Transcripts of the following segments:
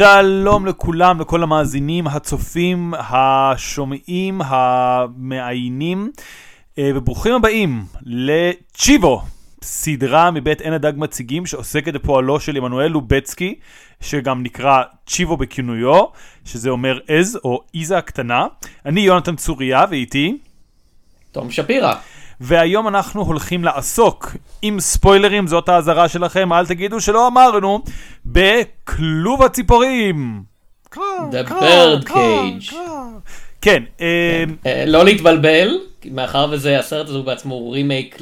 שלום לכולם, לכל המאזינים, הצופים, השומעים, המעיינים, וברוכים הבאים לצ'יבו, סדרה מבית עין הדג מציגים שעוסקת בפועלו של עמנואל לובצקי, שגם נקרא צ'יבו בכינויו, שזה אומר עז או איזה הקטנה. אני יונתן צוריה ואיתי תום שפירא. והיום אנחנו הולכים לעסוק עם ספוילרים, זאת האזהרה שלכם, אל תגידו שלא אמרנו, בכלוב הציפורים. The Bird Cage. כן. לא להתבלבל, מאחר וזה, הסרט הזה בעצמו הוא רימייק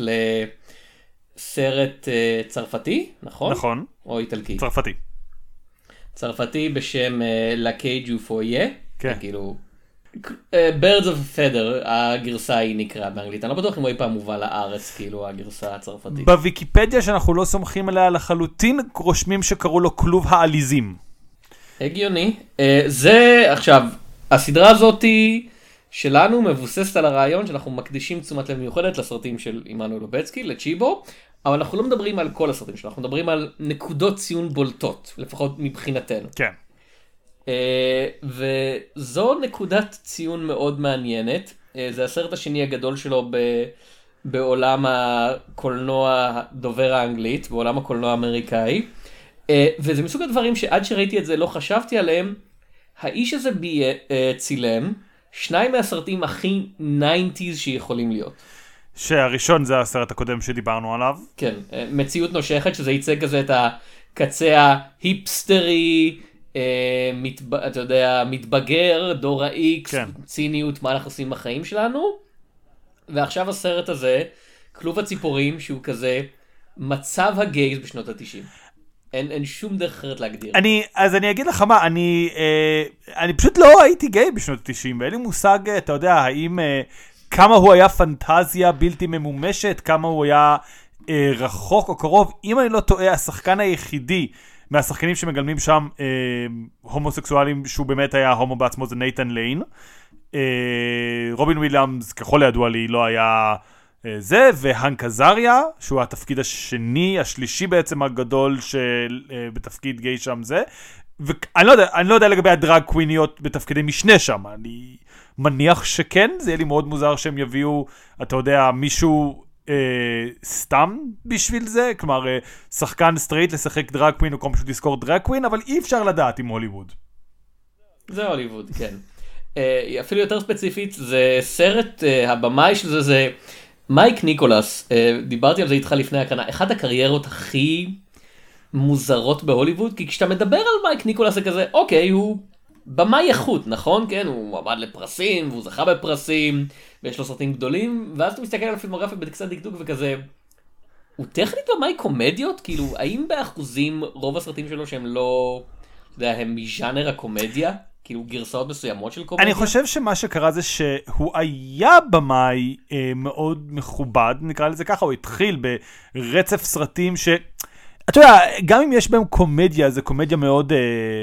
לסרט צרפתי, נכון? נכון. או איטלקי? צרפתי. צרפתי בשם La Cage du Foyer. כן. כאילו... Birds of Feather, הגרסה היא נקרא באנגלית. אני לא בטוח אם הוא אי פעם מובא לארץ, כאילו הגרסה הצרפתית. בוויקיפדיה שאנחנו לא סומכים עליה לחלוטין, רושמים שקראו לו כלוב העליזים. הגיוני. זה, עכשיו, הסדרה הזאת שלנו מבוססת על הרעיון שאנחנו מקדישים תשומת לב מיוחדת לסרטים של עמנואל לובצקי, לצ'יבו, אבל אנחנו לא מדברים על כל הסרטים שלנו, אנחנו מדברים על נקודות ציון בולטות, לפחות מבחינתנו. כן. וזו נקודת ציון מאוד מעניינת. זה הסרט השני הגדול שלו בעולם הקולנוע דובר האנגלית, בעולם הקולנוע האמריקאי. וזה מסוג הדברים שעד שראיתי את זה לא חשבתי עליהם. האיש הזה צילם שניים מהסרטים הכי 90s שיכולים להיות. שהראשון זה הסרט הקודם שדיברנו עליו. כן, מציאות נושכת, שזה ייצג כזה את הקצה ההיפסטרי, אתה יודע, מתבגר, דור ה-X, כן. ציניות, מה אנחנו עושים בחיים שלנו. ועכשיו הסרט הזה, כלוב הציפורים, שהוא כזה מצב הגייז בשנות ה-90. אין שום דרך אחרת להגדיר. אז אני אגיד לך מה, אני פשוט לא הייתי גיי בשנות ה-90, ואין לי מושג, אתה יודע, האם כמה הוא היה פנטזיה בלתי ממומשת, כמה הוא היה רחוק או קרוב. אם אני לא טועה, השחקן היחידי מהשחקנים שמגלמים שם הומוסקסואלים, שהוא באמת היה הומו בעצמו, זה נייתן ליין. רובין וויליאמס, ככל הידוע לי, לא היה זה, והנק עזריה, שהוא התפקיד השלישי בעצם הגדול בתפקיד גיי שם זה. ואני לא יודע לגבי הדרג קוויניות בתפקידי משנה שם, אני מניח שכן, זה יהיה לי מאוד מוזר שהם יביאו, אתה יודע, מישהו סתם בשביל זה, כלומר שחקן סטרייט לשחק דרג קווין או כמו פשוט לזכור דרג קווין, אבל אי אפשר לדעת עם הוליווד. זה הוליווד, כן. אפילו יותר ספציפית, זה סרט, הבמאי של זה זה מייק ניקולס, דיברתי על זה איתך לפני הקרנה, אחת הקריירות הכי מוזרות בהוליווד, כי כשאתה מדבר על מייק ניקולס זה כזה, אוקיי, הוא במאי איכות, נכון? כן, הוא עמד לפרסים, והוא זכה בפרסים, ויש לו סרטים גדולים, ואז אתה מסתכל על הפילמוגרפיה בקצת דקדוק וכזה, הוא טכנית במאי קומדיות? כאילו, האם באחוזים רוב הסרטים שלו שהם לא, אתה יודע, הם מז'אנר הקומדיה? כאילו, גרסאות מסוימות של קומדיה? אני חושב שמה שקרה זה שהוא היה במאי מאוד מכובד, נקרא לזה ככה, הוא התחיל ברצף סרטים ש... אתה יודע, גם אם יש בהם קומדיה, זה קומדיה מאוד...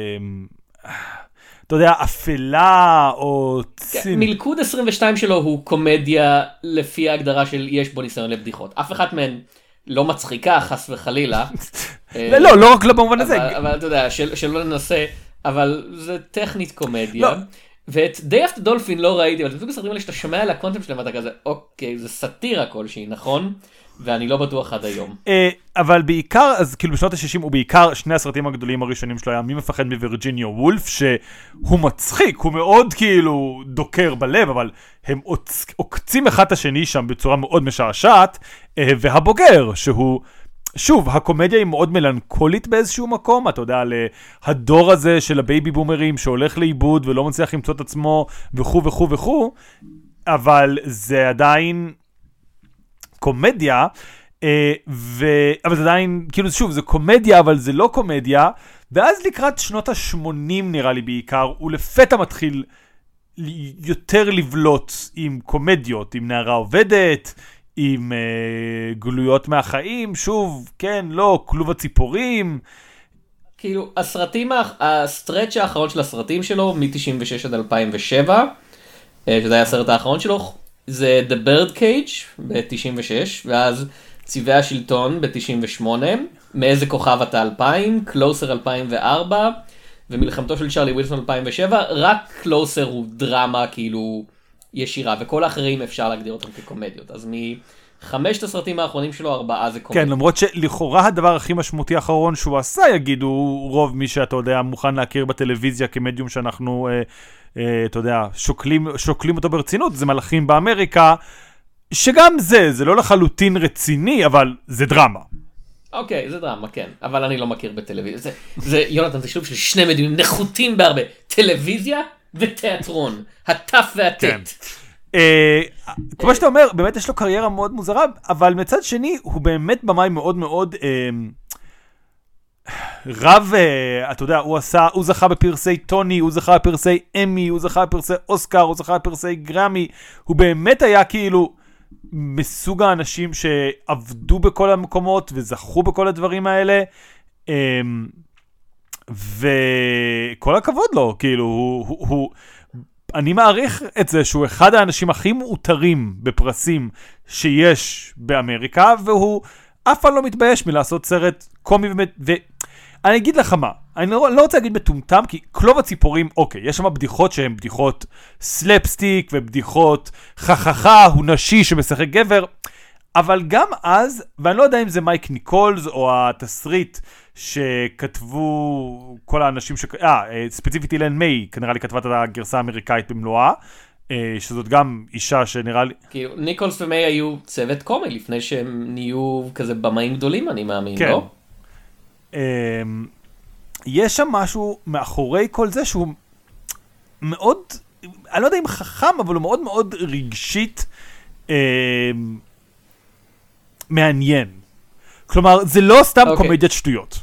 אתה יודע, אפלה או... מלכוד 22 שלו הוא קומדיה לפי ההגדרה של יש בו ניסיון לבדיחות. אף אחת מהן לא מצחיקה, חס וחלילה. לא רק לא במובן הזה. אבל אתה יודע, שלא ננסה, אבל זה טכנית קומדיה. ואת Day After Dolphin לא ראיתי, אבל זה מסוג הסרטים האלה שאתה שומע על הקונטנט שלהם ואתה כזה, אוקיי, זה סאטירה כלשהי, נכון? ואני לא בטוח עד היום. אבל בעיקר, אז כאילו בשנות ה-60 הוא בעיקר שני הסרטים הגדולים הראשונים שלו היה מי מפחד מווירג'יניה וולף, שהוא מצחיק, הוא מאוד כאילו דוקר בלב, אבל הם עוקצים אחד את השני שם בצורה מאוד משעשעת, והבוגר, שהוא, שוב, הקומדיה היא מאוד מלנכולית באיזשהו מקום, אתה יודע, הדור הזה של הבייבי בומרים שהולך לאיבוד ולא מצליח למצוא את עצמו וכו' וכו' וכו', אבל זה עדיין... קומדיה, אבל זה עדיין, כאילו שוב, זה קומדיה, אבל זה לא קומדיה, ואז לקראת שנות ה-80 נראה לי בעיקר, הוא לפתע מתחיל יותר לבלוט עם קומדיות, עם נערה עובדת, עם גלויות מהחיים, שוב, כן, לא, כלוב הציפורים. כאילו, הסטרץ' האחרון של הסרטים שלו, מ-96 עד 2007, שזה היה הסרט האחרון שלו, זה The Bird Cage ב-96, ואז צבעי השלטון ב-98, מאיזה כוכב אתה 2000, Closer 2004, ומלחמתו של צ'רלי ווילסון 2007, רק קלוסר הוא דרמה כאילו ישירה, וכל האחרים אפשר להגדיר אותם כקומדיות. אז מחמשת הסרטים האחרונים שלו, 4 זה קומדיות. כן, למרות שלכאורה הדבר הכי משמעותי האחרון שהוא עשה, יגידו רוב מי שאתה יודע מוכן להכיר בטלוויזיה כמדיום שאנחנו, אתה יודע, שוקלים אותו ברצינות, זה מלאכים באמריקה, שגם זה לא לחלוטין רציני, אבל זה דרמה. אוקיי, זה דרמה, כן, אבל אני לא מכיר בטלוויזיה. זה יונתן, זה שילוב של שני מדיומים נחותים בהרבה, טלוויזיה ותיאטרון, הטף והטט. כמו שאתה אומר, באמת יש לו קריירה מאוד מוזרה, אבל מצד שני הוא באמת במאי מאוד מאוד רב, אתה יודע, הוא זכה בפרסי טוני, הוא זכה בפרסי אמי, הוא זכה בפרסי אוסקר, הוא זכה בפרסי גרמי, הוא באמת היה כאילו מסוג האנשים שעבדו בכל המקומות וזכו בכל הדברים האלה, וכל הכבוד לו, כאילו, אני מעריך את זה שהוא אחד האנשים הכי מאותרים בפרסים שיש באמריקה, והוא אף פעם לא מתבייש מלעשות סרט קומי ואני אגיד לך מה, אני לא רוצה להגיד מטומטם, כי כלוב הציפורים, אוקיי, יש שם בדיחות שהן בדיחות סלפסטיק ובדיחות חככה, הוא נשי שמשחק גבר, אבל גם אז, ואני לא יודע אם זה מייק ניקולס או התסריט שכתבו כל האנשים ספציפית אילן מיי, כנראה לי כתבת את הגרסה האמריקאית במלואה, שזאת גם אישה שנראה לי... כאילו, ניקולס ומיי היו צוות קומי לפני שהם נהיו כזה במאים גדולים, אני מאמין, כן. לא? יש שם משהו מאחורי כל זה שהוא מאוד, אני לא יודע אם חכם, אבל הוא מאוד מאוד רגשית מעניין. כלומר, זה לא סתם קומדיית שטויות.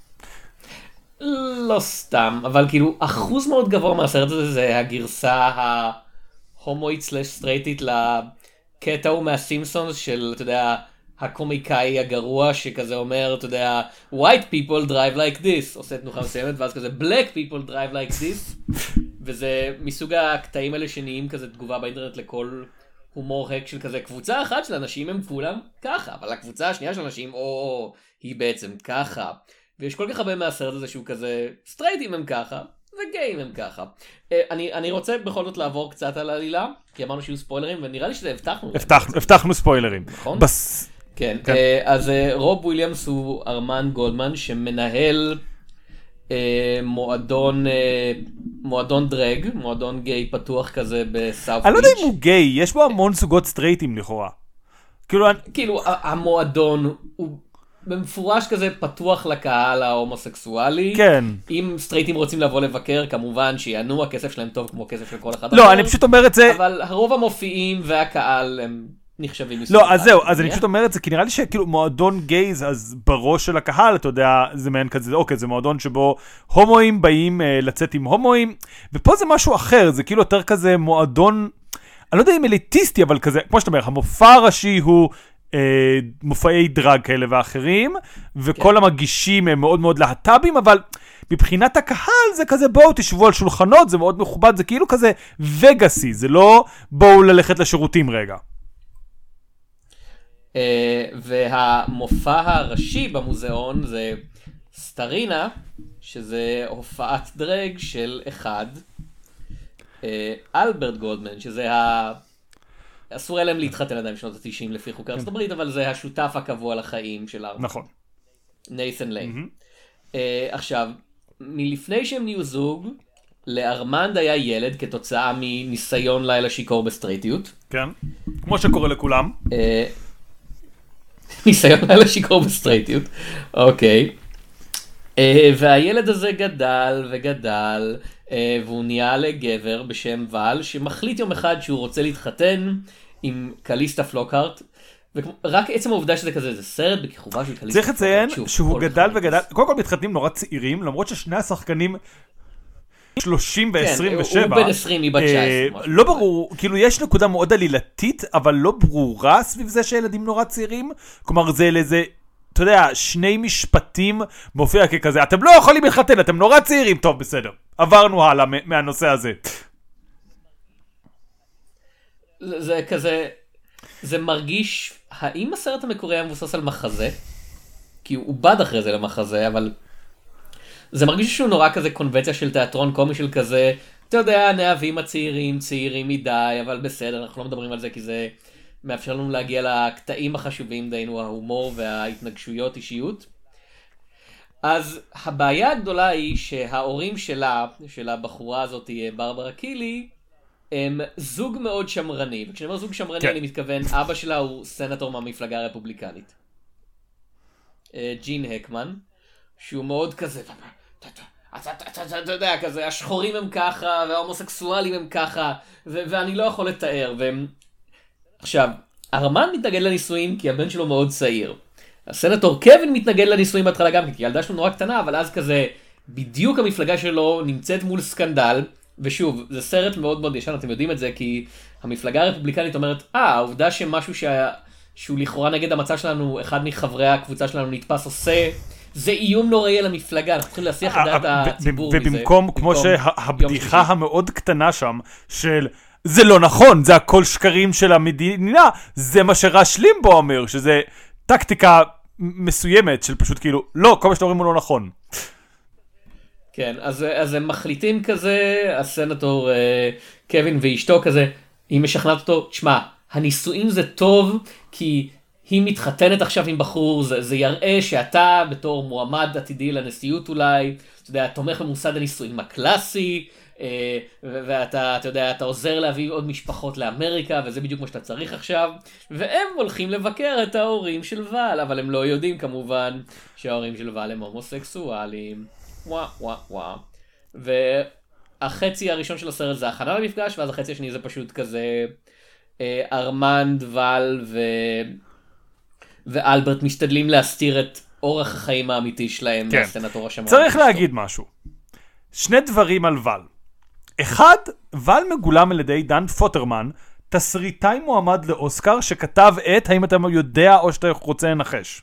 לא סתם, אבל כאילו, אחוז מאוד גבוה מהסרט הזה זה הגרסה ההומואית סלש סטרייטית לקטע הוא מהסימפסונס של, אתה יודע, הקומיקאי הגרוע שכזה אומר, אתה יודע, white people drive like this, עושה תנוחה מסוימת, ואז כזה black people drive like this, וזה מסוג הקטעים האלה שנהיים כזה תגובה באינטרנט לכל הומור הק של כזה, קבוצה אחת של אנשים הם כולם ככה, אבל הקבוצה השנייה של אנשים, היא בעצם ככה. ויש כל כך הרבה מהסרט הזה שהוא כזה, סטרייטים הם ככה, וגיים הם ככה. אני רוצה בכל זאת לעבור קצת על העלילה, כי אמרנו שיהיו ספוילרים, ונראה לי שזה הבטחנו ספוילרים. נכון? כן. אז רוב וויליאמס הוא ארמן גולדמן, שמנהל מועדון דרג, מועדון גיי פתוח כזה בסאוף ביץ'. אני לא יודע אם הוא גיי, יש בו המון סוגות סטרייטים לכאורה. כאילו המועדון הוא במפורש כזה פתוח לקהל ההומוסקסואלי. כן. אם סטרייטים רוצים לבוא לבקר, כמובן שיענו, הכסף שלהם טוב כמו כסף של כל אחד אחר. לא, אני פשוט אומר את זה. אבל הרוב המופיעים והקהל הם נחשבים. לא, אז זהו, אז אני פשוט אומר את זה, כי נראה לי שכאילו מועדון גייז, אז בראש של הקהל, אתה יודע, זה מעין כזה, אוקיי, זה מועדון שבו הומואים באים לצאת עם הומואים, ופה זה משהו אחר, זה כאילו יותר כזה מועדון, אני לא יודע אם אליטיסטי, אבל כזה, כמו שאתה אומר, המופע הראשי הוא מופעי דרג כאלה ואחרים, וכל המגישים הם מאוד מאוד להט"בים, אבל מבחינת הקהל זה כזה בואו תשבו על שולחנות, זה מאוד מכובד, זה כאילו כזה וגאסי, זה לא בואו ללכת לשירותים רגע. והמופע הראשי במוזיאון זה סטרינה, שזה הופעת דרג של אחד, אלברט גולדמן, שזה אסור להם להתחתן עדיין בשנות ה-90 לפי חוקי ארצות הברית, אבל זה השותף הקבוע לחיים של ארמן. נכון. נייתן ליין. עכשיו, מלפני שהם נהיו זוג, לארמנד היה ילד כתוצאה מניסיון לילה שיקור בסטרייטיות. כן, כמו שקורה לכולם. ניסיון לילה שיקור בסטרייטיות, אוקיי. והילד הזה גדל וגדל, והוא נהיה לגבר בשם ואל, שמחליט יום אחד שהוא רוצה להתחתן עם קליסטה פלוקהארט, ורק עצם העובדה שזה כזה, זה סרט בכיכובה של קליסטה פלוקהארט. צריך לציין שהוא גדל וגדל, קודם כל מתחתנים נורא צעירים, למרות ששני השחקנים 30 ו-27. הוא בן 20, היא בת 19. לא ברור, כאילו יש נקודה מאוד עלילתית, אבל לא ברורה סביב זה שילדים נורא צעירים, כלומר זה לזה, אתה יודע, שני משפטים מופיע ככזה, אתם לא יכולים להתחתן, אתם נורא צעירים, טוב בסדר, עברנו הלאה מהנושא הזה. זה כזה, זה מרגיש, האם הסרט המקורי היה מבוסס על מחזה? כי הוא בד אחרי זה למחזה, אבל זה מרגיש שהוא נורא כזה קונבנציה של תיאטרון קומי של כזה, אתה יודע, הנאהבים הצעירים, צעירים מדי, אבל בסדר, אנחנו לא מדברים על זה כי זה מאפשר לנו להגיע לקטעים החשובים, דהיינו ההומור וההתנגשויות אישיות. אז הבעיה הגדולה היא שההורים שלה, של הבחורה הזאת, ברברה קילי, הם זוג מאוד שמרני, וכשאני אומר זוג שמרני כן. אני מתכוון, אבא שלה הוא סנטור מהמפלגה הרפובליקנית. ג'ין הקמן, שהוא מאוד כזה, אתה יודע, כזה, השחורים הם ככה, וההומוסקסואלים הם ככה, ואני לא יכול לתאר. עכשיו, ארמן מתנגד לנישואים כי הבן שלו מאוד צעיר. הסנטור קווין מתנגד לנישואים בהתחלה גם, כי ילדה שלו נורא קטנה, אבל אז כזה, בדיוק המפלגה שלו נמצאת מול סקנדל, ושוב, זה סרט מאוד מאוד ישן, אתם יודעים את זה, כי המפלגה הרפובליקנית אומרת, העובדה שמשהו שהוא לכאורה נגד המצב שלנו, אחד מחברי הקבוצה שלנו נתפס עושה, זה איום נוראי על המפלגה, אנחנו צריכים להסיח את דעת הציבור מזה. ובמקום, כמו שהבדיחה המאוד קטנה שם, של זה לא נכון, זה הכל שקרים של המדינה, זה מה שראש לימבו אומר, שזה טקטיקה מסוימת של פשוט כאילו, לא, כל מה שאתם אומרים הוא לא נכון. כן, אז הם מחליטים כזה, הסנטור קווין ואשתו כזה, היא משכנעת אותו, תשמע, הנישואים זה טוב, כי היא מתחתנת עכשיו עם בחור, זה יראה שאתה בתור מועמד עתידי לנשיאות אולי, אתה יודע, תומך במוסד הנישואים הקלאסי, ואתה, אתה יודע, אתה עוזר להביא עוד משפחות לאמריקה, וזה בדיוק מה שאתה צריך עכשיו, והם הולכים לבקר את ההורים של ואל, אבל הם לא יודעים כמובן שההורים של ואל הם הומוסקסואלים. וואו. והחצי הראשון של הסרט זה הכנה למפגש, ואז החצי השני זה פשוט כזה ארמנד, ואל ואלברט משתדלים להסתיר את אורח החיים האמיתי שלהם. כן. צריך להגיד משהו. שני דברים על ואל. אחד, ואל מגולם על ידי דן פוטרמן, תסריטאי מועמד לאוסקר שכתב את, האם אתה יודע או שאתה רוצה לנחש?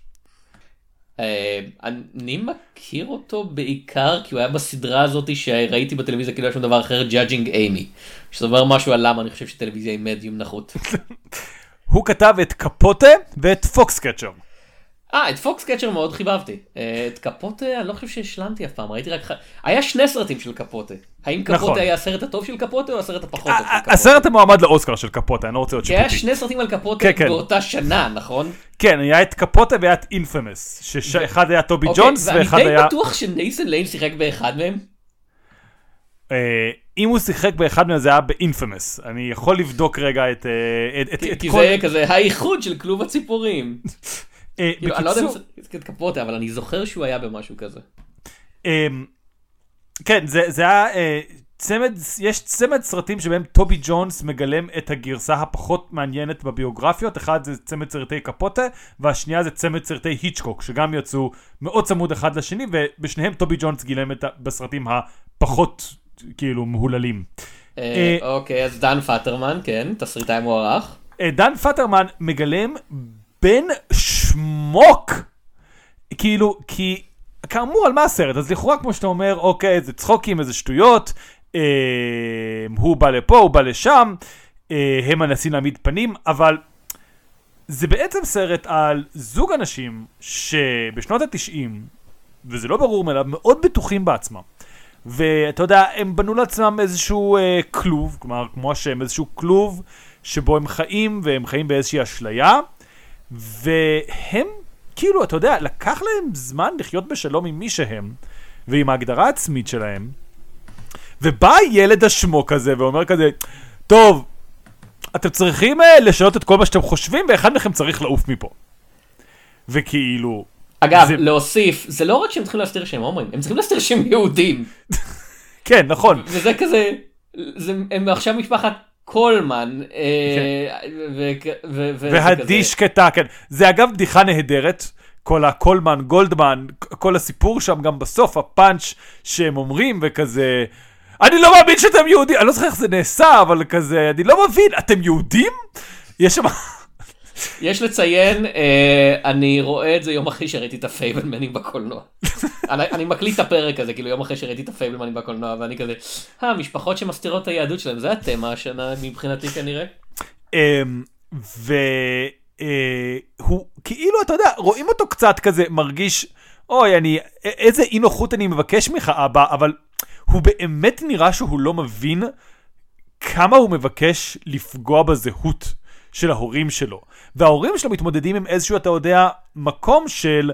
אני מכיר אותו בעיקר כי הוא היה בסדרה הזאת שראיתי בטלוויזיה כאילו היה שם דבר אחר, Judging Amy, שזה אומר משהו על למה אני חושב שטלוויזיה היא מדיום נחות. הוא כתב את קפוטה ואת פוקסקצ'ר. את פוקסקצ'ר מאוד חיבבתי. את קפוטה אני לא חושב שהשלמתי אף פעם, ראיתי רק היה שני סרטים של קפוטה. האם קפוטה היה הסרט הטוב של קפוטה או הסרט הפחות טוב של קפוטה? הסרט המועמד לאוסקר של קפוטה, אני לא רוצה עוד שיפוטי. היה שני סרטים על קפוטה באותה שנה, נכון? כן, היה את קפוטה והיה את אינפמס, שאחד היה טובי ג'ונס ואחד היה... ואני די בטוח שנייסן ליין שיחק באחד מהם. אם הוא שיחק באחד מהם זה היה באינפמס. אני יכול לבדוק רגע את... כי זה כזה האיחוד של כלוב הציפורים. אני לא יודע אם זה קפוטה, אבל אני זוכר שהוא היה במשהו כזה. כן, זה היה יש צמד סרטים שבהם טובי ג'ונס מגלם את הגרסה הפחות מעניינת בביוגרפיות. אחד זה צמד סרטי קפוטה, והשנייה זה צמד סרטי היצ'קוק, שגם יצאו מאוד צמוד אחד לשני, ובשניהם טובי ג'ונס גילם בסרטים הפחות כאילו מהוללים. אוקיי, אז דן פטרמן, כן, תסריטאי מוערך. דן פטרמן מגלם בן שמוק, כאילו, כי כאמור על מה הסרט, אז לכאורה כמו שאתה אומר, אוקיי, זה צחוקים, איזה שטויות, הוא בא לפה, הוא בא לשם, הם מנסים להעמיד פנים, אבל זה בעצם סרט על זוג אנשים שבשנות ה-90, וזה לא ברור מאליו, מאוד בטוחים בעצמם. ואתה יודע, הם בנו לעצמם איזשהו כלוב, כלומר, כמו השם, איזשהו כלוב שבו הם חיים, והם חיים באיזושהי אשליה, והם, כאילו, אתה יודע, לקח להם זמן לחיות בשלום עם מי שהם, ועם ההגדרה העצמית שלהם, ובא ילד השמוק הזה ואומר כזה, טוב, אתם צריכים לשנות את כל מה שאתם חושבים, ואחד מכם צריך לעוף מפה. וכאילו... אגב, להוסיף, זה לא רק שהם צריכים להסתיר שהם הומואים, הם צריכים להסתיר שהם יהודים. כן, נכון. וזה כזה, הם עכשיו משפחת קולמן, והדי שקטה, כן. זה אגב בדיחה נהדרת, כל הקולמן, גולדמן, כל הסיפור שם גם בסוף, הפאנץ' שהם אומרים וכזה, אני לא מאמין שאתם יהודים, אני לא זוכר איך זה נעשה, אבל כזה, אני לא מבין, אתם יהודים? יש שם... יש לציין, אני רואה את זה יום אחרי שראיתי את הפייבלמנים בקולנוע. אני מקליט את הפרק הזה, כאילו יום אחרי שראיתי את הפייבלמנים בקולנוע, ואני כזה, משפחות שמסתירות את היהדות שלהם, זה התמה השנה מבחינתי כנראה. והוא, כאילו, אתה יודע, רואים אותו קצת כזה, מרגיש אוי, איזה אי נוחות אני מבקש ממך, אבא, אבל הוא באמת נראה שהוא לא מבין כמה הוא מבקש לפגוע בזהות של ההורים שלו. וההורים שלו מתמודדים עם איזשהו, אתה יודע, מקום של,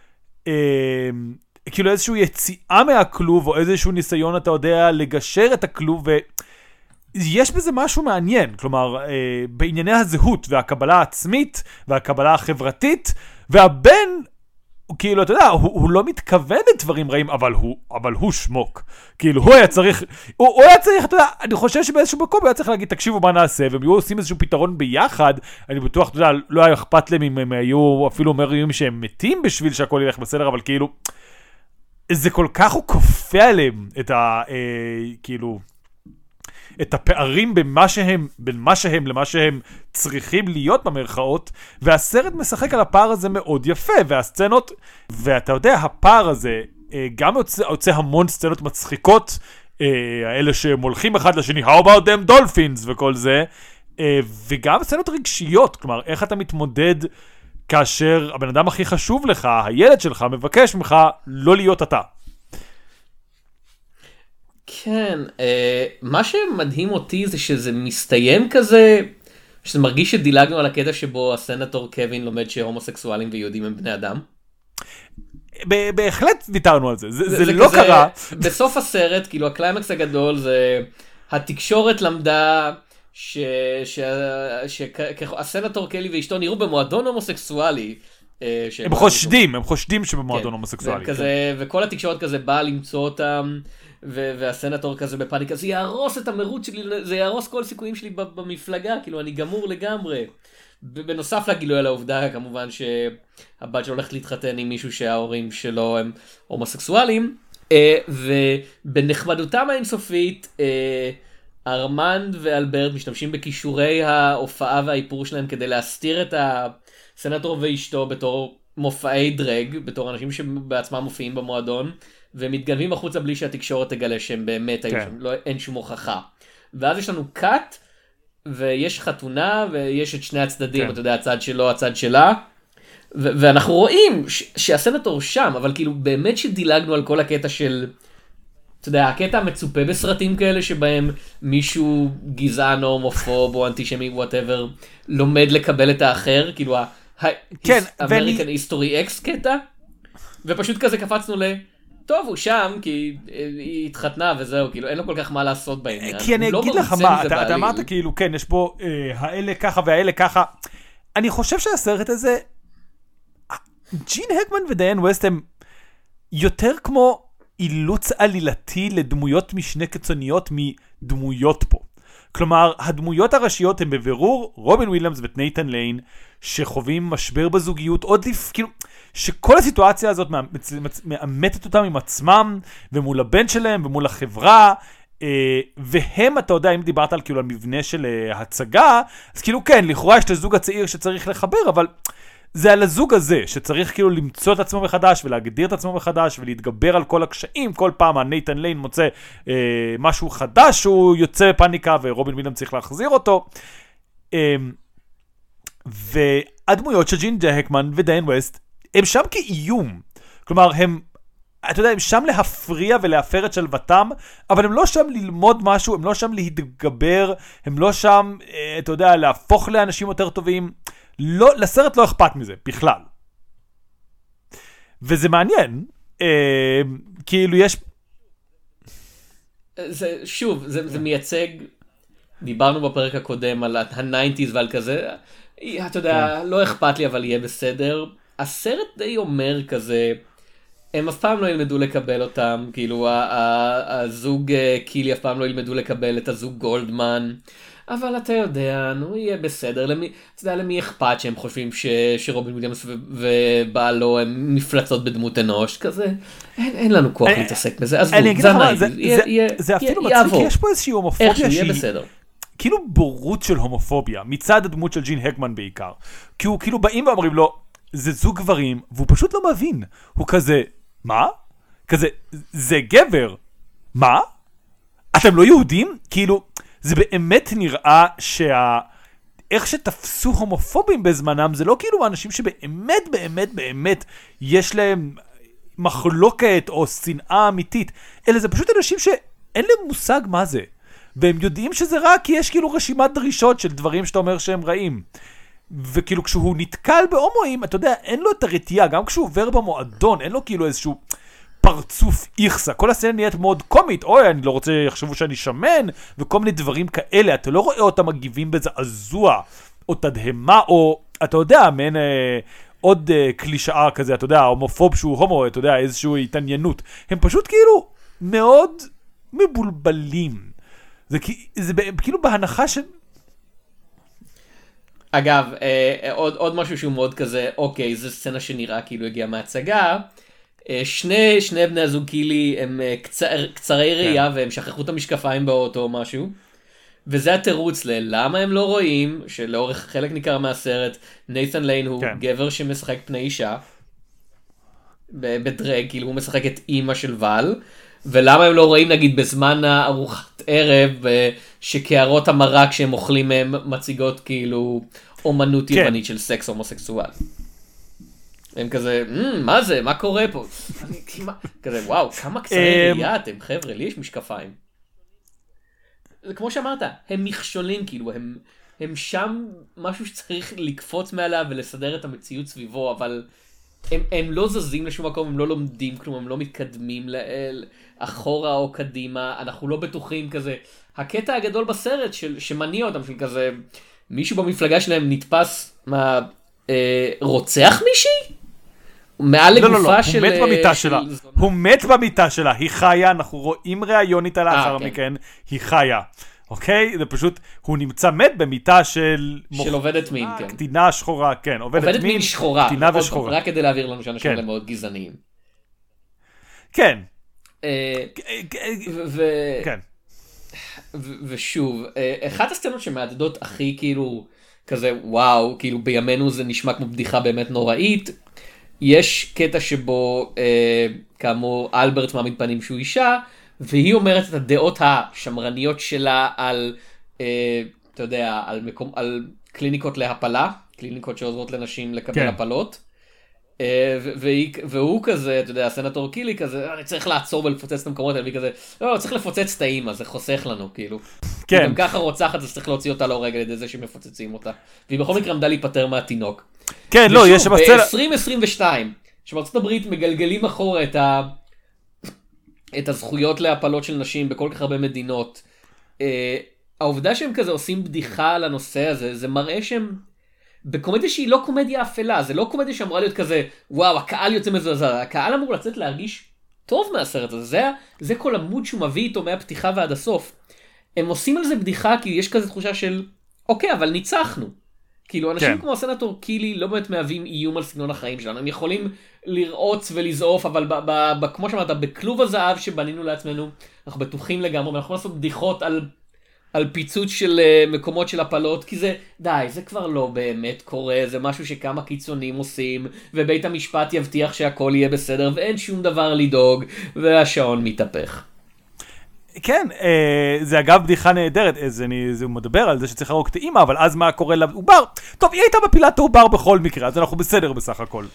כאילו איזשהו יציאה מהכלוב, או איזשהו ניסיון, אתה יודע, לגשר את הכלוב, ויש בזה משהו מעניין, כלומר, בענייני הזהות, והקבלה העצמית, והקבלה החברתית, והבן, כאילו, אתה יודע, הוא לא מתכוון לדברים רעים, אבל הוא שמוק. כאילו, הוא היה צריך, אתה יודע, אני חושב שבאיזשהו מקום הוא היה צריך להגיד, תקשיבו מה נעשה, והם היו עושים איזשהו פתרון ביחד, אני בטוח, אתה יודע, לא היה אכפת להם אם הם היו אפילו אומרים שהם מתים בשביל שהכל ילך בסדר, אבל כאילו, זה כל כך הוא כופה עליהם כאילו, את הפערים בין מה שהם למה שהם צריכים להיות במרכאות, והסרט משחק על הפער הזה מאוד יפה, והסצנות, ואתה יודע, הפער הזה גם יוצא המון סצנות מצחיקות, האלה שהם הולכים אחד לשני, how about them dolphins וכל זה, וגם סצנות רגשיות, כלומר, איך אתה מתמודד כאשר הבן אדם הכי חשוב לך, הילד שלך, מבקש ממך לא להיות אתה. כן, מה שמדהים אותי זה שזה מסתיים כזה, שזה מרגיש שדילגנו על הקטע שבו הסנטור קווין לומד שהומוסקסואלים ויהודים הם בני אדם. בהחלט ויתרנו על זה, זה לא קרה. בסוף הסרט, כאילו הקליימקס הגדול זה, התקשורת למדה שהסנטור קלי ואשתו נראו במועדון הומוסקסואלי. הם חושדים שבמועדון הומוסקסואלי. וכל התקשורת כזה באה למצוא אותם, והסנטור כזה בפאניקה, זה יהרוס את המרות שלי, זה יהרוס כל סיכויים שלי במפלגה, כאילו אני גמור לגמרי. בנוסף לגילוי על העובדה, כמובן שהבת שלו הולכת להתחתן עם מישהו שההורים שלו הם הומוסקסואלים, ובנחמדותם האינסופית, ארמנד ואלברט משתמשים בכישורי ההופעה והאיפור שלהם כדי להסתיר את הסנטור ואשתו בתור מופעי דרג, בתור אנשים שבעצמם מופיעים במועדון, ומתגנבים החוצה בלי שהתקשורת תגלה שהם באמת היו שם, אין שום הוכחה. ואז יש לנו קאט, ויש חתונה, ויש את שני הצדדים, אתה יודע, הצד שלו, הצד שלה, ואנחנו רואים שהסנטור שם, אבל כאילו באמת שדילגנו על כל הקטע של, אתה יודע, הקטע המצופה בסרטים כאלה, שבהם מישהו גזען או הומופוב או אנטישמי, whatever, לומד לקבל את האחר, כאילו האמריקן היסטורי אקס קטע, ופשוט כזה קפצנו טוב, הוא שם, כי היא התחתנה וזהו, כאילו, אין לו כל כך מה לעשות בעניין. כי אני אגיד לך מה, אתה אמרת כאילו, כן, יש פה האלה ככה והאלה ככה. אני חושב שהסרט הזה, ג'ין הקמן ודיין ווסט הם יותר כמו אילוץ עלילתי לדמויות משנה קיצוניות מדמויות פה. כלומר, הדמויות הראשיות הן בבירור רובין וויליאמס ונייתן ליין, שחווים משבר בזוגיות, עוד כאילו, שכל הסיטואציה הזאת מאמתת אותם עם עצמם, ומול הבן שלהם, ומול החברה, והם, אתה יודע, אם דיברת על כאילו המבנה של הצגה, אז כאילו כן, לכאורה יש את הזוג הצעיר שצריך לחבר, אבל זה על הזוג הזה, שצריך כאילו למצוא את עצמו מחדש, ולהגדיר את עצמו מחדש, ולהתגבר על כל הקשיים. כל פעם הנייתן ליין מוצא משהו חדש, הוא יוצא בפאניקה, ורובין וויליאמס צריך להחזיר אותו. והדמויות של ג'ין הקמן ודיין ווסט, הם שם כאיום. כלומר, אתה יודע, הם שם להפריע ולהפר את שלוותם, אבל הם לא שם ללמוד משהו, הם לא שם להתגבר, הם לא שם, אתה יודע, להפוך לאנשים יותר טובים. לא, לסרט לא אכפת מזה, בכלל. וזה מעניין, כאילו יש... שוב, זה מייצג, דיברנו בפרק הקודם על ה-90s ועל כזה, אתה יודע, לא אכפת לי, אבל יהיה בסדר. הסרט די אומר כזה, הם אף פעם לא ילמדו לקבל אותם, כאילו הזוג קילי אף פעם לא ילמדו לקבל את הזוג גולדמן, אבל אתה יודע, נו, יהיה בסדר. אתה יודע, למי אכפת שהם חושבים שרובין וויליאמס ובעלו הם מפלצות בדמות אנוש, כזה, אין לנו כוח להתעסק בזה, אז זה אפילו מצחיק, יש פה איזושהי הומופוביה שהיא כאילו בורות של הומופוביה, מצד הדמות של ג'ין הקמן בעיקר, כי הוא כאילו באים ואומרים לו, זה זוג גברים, והוא פשוט לא מבין, הוא כזה, מה? כזה, זה גבר, מה? אתם לא יהודים? כאילו, זה באמת נראה איך שתפסו הומופובים בזמנם, זה לא כאילו אנשים שבאמת, באמת, באמת, יש להם מחלוקת או שנאה אמיתית, אלא זה פשוט אנשים שאין להם מושג מה זה. והם יודעים שזה רע כי יש כאילו רשימת דרישות של דברים שאתה אומר שהם רעים. וכאילו כשהוא נתקל בהומואים, אתה יודע, אין לו את הרתיעה, גם כשהוא עובר במועדון, אין לו כאילו איזשהו פרצוף איכסה. כל הסצנה נהיית מאוד קומית, אוי, אני לא רוצה, יחשבו שאני שמן, וכל מיני דברים כאלה. אתה לא רואה אותם מגיבים בזעזוע, או תדהמה, או, אתה יודע, מעין עוד קלישאה כזה, אתה יודע, הומופוב שהוא הומו, אתה יודע, איזושהי התעניינות. הם פשוט כאילו מאוד מבולבלים. זה כאילו בהנחה של... אגב, עוד משהו שהוא מאוד כזה, אוקיי, זו סצנה שנראה כאילו הגיעה מההצגה, שני בני הזוג קילי הם קצרי ראייה, והם שכחו את המשקפיים באוטו או משהו, וזה התירוץ ללמה הם לא רואים, שלאורך חלק ניכר מהסרט, נייתן ליין הוא גבר שמשחק פני אישה, בדרג, כאילו הוא משחק את אימא של ואל, ולמה הם לא רואים נגיד בזמן ארוחת ערב, שקערות המרק שהם אוכלים מהם מציגות כאילו אומנות יוונית של סקס הומוסקסואל. הם כזה, מה זה? מה קורה פה? כזה, וואו, כמה קצרי ראייה אתם, חבר'ה, לי יש משקפיים. זה כמו שאמרת, הם מכשולים, כאילו, הם שם משהו שצריך לקפוץ מעליו ולסדר את המציאות סביבו, אבל הם לא זזים לשום מקום, הם לא לומדים כלום, הם לא מתקדמים אחורה או קדימה, אנחנו לא בטוחים כזה. הקטע הגדול בסרט שמניע אותם, של כזה, מישהו במפלגה שלהם נתפס רוצח מישהי? מעל לגופה של... הוא מת במיטה שלה. הוא מת במיטה שלה, היא חיה, אנחנו רואים ראיון איתה לאחר מכן, היא חיה. אוקיי? זה פשוט, הוא נמצא מת במיטה של... של עובדת מין, כן. קטינה שחורה, כן. עובדת מין שחורה. קטינה ושחורה. רק כדי להעביר לנו שאנשים האלה מאוד גזעניים. כן. כן. ושוב, אחת הסצנות שמעדדות הכי כאילו, כזה וואו, כאילו בימינו זה נשמע כמו בדיחה באמת נוראית, יש קטע שבו, כאמור, אלברט מעמיד פנים שהוא אישה, והיא אומרת את הדעות השמרניות שלה על, אתה יודע, על קליניקות להפלה, קליניקות שעוזרות לנשים לקבל הפלות, והוא כזה, אתה יודע, הסנטור קילי כזה, אני צריך לעצור ולפוצץ את המקומות האלה, והיא כזה, לא, צריך לפוצץ את האמא, זה חוסך לנו, כאילו. כן. גם ככה רוצחת, אז צריך להוציא אותה להורג על ידי זה שמפוצצים אותה. והיא בכל מקרה עמדה להיפטר מהתינוק. כן, לא, יש שם הסצנה... ב-2022, שבארצות הברית מגלגלים אחורה את הזכויות להפלות של נשים בכל כך הרבה מדינות, העובדה שהם כזה עושים בדיחה על הנושא הזה, זה מראה שהם בקומדיה שהיא לא קומדיה אפלה, זה לא קומדיה שאמורה להיות כזה, וואו, הקהל יוצא מזועזע, הקהל אמור לצאת להרגיש טוב מהסרט הזה, זה כל עמוד שהוא מביא איתו מהפתיחה ועד הסוף. הם עושים על זה בדיחה כי יש כזה תחושה של, אוקיי, אבל ניצחנו. כאילו אנשים כמו הסנטור קילי לא באמת מהווים איום על סגנון החיים שלנו, הם יכולים לרעוץ ולזעוף, אבל כמו שאמרת, בכלוב הזהב שבנינו לעצמנו, אנחנו בטוחים לגמרי, ואנחנו לעשות בדיחות על פיצוץ של מקומות של הפלות, כי זה, די, זה כבר לא באמת קורה, זה משהו שכמה קיצונים עושים, ובית המשפט יבטיח שהכל יהיה בסדר, ואין שום דבר לדאוג, והשעון מתהפך. כן, זה אגב בדיחה נהדרת, זה מדבר על זה שצריך להרוג את האמא, אבל אז מה קורה לעובר? טוב, היא הייתה בפילת העובר בכל מקרה, אז אנחנו בסדר בסך הכל.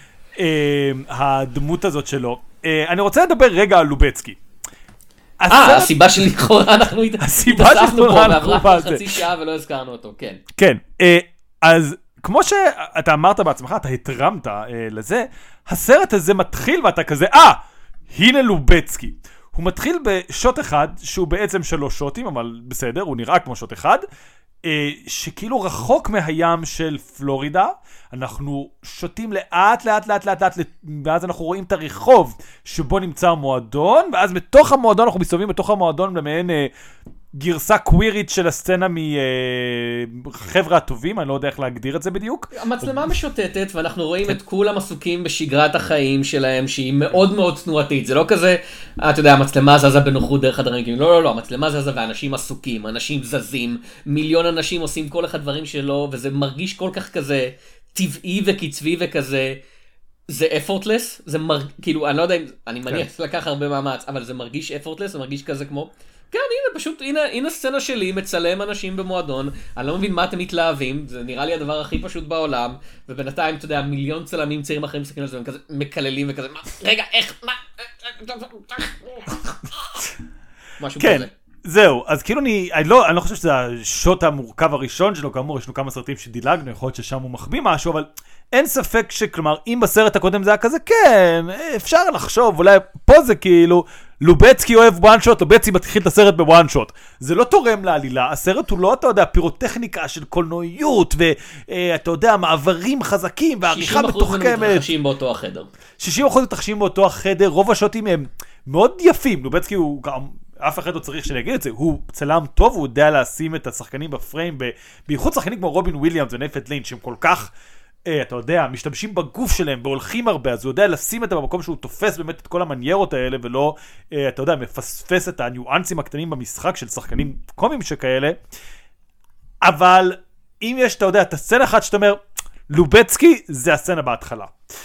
הדמות הזאת שלו. אני רוצה לדבר רגע על לובצקי. הסיבה שלכאורה אנחנו התאספנו פה, ועברה חצי שעה ולא הזכרנו אותו, כן. כן, אז כמו שאתה אמרת בעצמך, אתה התרמת לזה, הסרט הזה מתחיל ואתה כזה, הנה לובצקי. הוא מתחיל בשוט אחד, שהוא בעצם 3 שוטים, אבל בסדר, הוא נראה כמו שוט אחד, שכאילו רחוק מהים של פלורידה, אנחנו שוטים לאט, ואז אנחנו רואים את הרחוב שבו נמצא המועדון, ואז בתוך המועדון, אנחנו מסתובבים בתוך המועדון למעין גרסה קווירית של הסצנה מחבר'ה הטובים, אני לא יודע איך להגדיר את זה בדיוק. המצלמה משוטטת, ואנחנו רואים את כולם עסוקים בשגרת החיים שלהם, שהיא מאוד מאוד תנועתית. זה לא כזה, אתה יודע, המצלמה זזה בנוחות דרך הדברים. לא, המצלמה זזה ואנשים עסוקים, אנשים זזים, מיליון אנשים עושים כל אחד דברים שלו, וזה מרגיש כל כך כזה טבעי וקצבי וכזה, זה effortless, זה כאילו, אני לא יודע אם, אני מניח לקח הרבה מאמץ, אבל זה מרגיש effortless, זה מרגיש כזה כמו, כן, הנה, פשוט, הנה סצנה שלי, מצלם אנשים במועדון, אני לא מבין מה אתם מתלהבים, זה נראה לי הדבר הכי פשוט בעולם, ובינתיים, אתה יודע, מיליון צלמים צעירים אחרים מסתכלים על זה, והם כזה מקללים וכזה, מה, רגע, איך, מה, משהו כן. כזה. זהו, אז כאילו אני לא חושב שזה השוט המורכב הראשון שלו, כאמור, יש לו כמה סרטים שדילגנו, יכול להיות ששם הוא מחביא משהו, אבל אין ספק שכלומר, אם בסרט הקודם זה היה כזה, כן, אפשר לחשוב, אולי פה זה כאילו, לובצקי אוהב וואן שוט, לובצקי מתחיל את הסרט בוואן שוט. זה לא תורם לעלילה, הסרט הוא לא, אתה יודע, פירוטכניקה של קולנועיות, ואתה יודע, מעברים חזקים, ועריכה מתוחכמת. 60% מתרחשים באותו החדר. 60% מתרחשים באותו החדר, רוב השוטים הם מאוד יפים, לובצקי הוא אף אחד לא צריך שאני אגיד את זה, הוא צלם טוב, הוא יודע לשים את השחקנים בפריים, בייחוד שחקנים כמו רובין וויליאמס וניית'ן ליין, שהם כל כך, אתה יודע, משתמשים בגוף שלהם והולכים הרבה, אז הוא יודע לשים את זה במקום שהוא תופס באמת את כל המניירות האלה, ולא, אתה יודע, מפספס את הניואנסים הקטנים במשחק של שחקנים קומיים שכאלה, אבל אם יש, אתה יודע, את הסצנה אחת שאתה אומר, לובצקי זה הסצנה בהתחלה.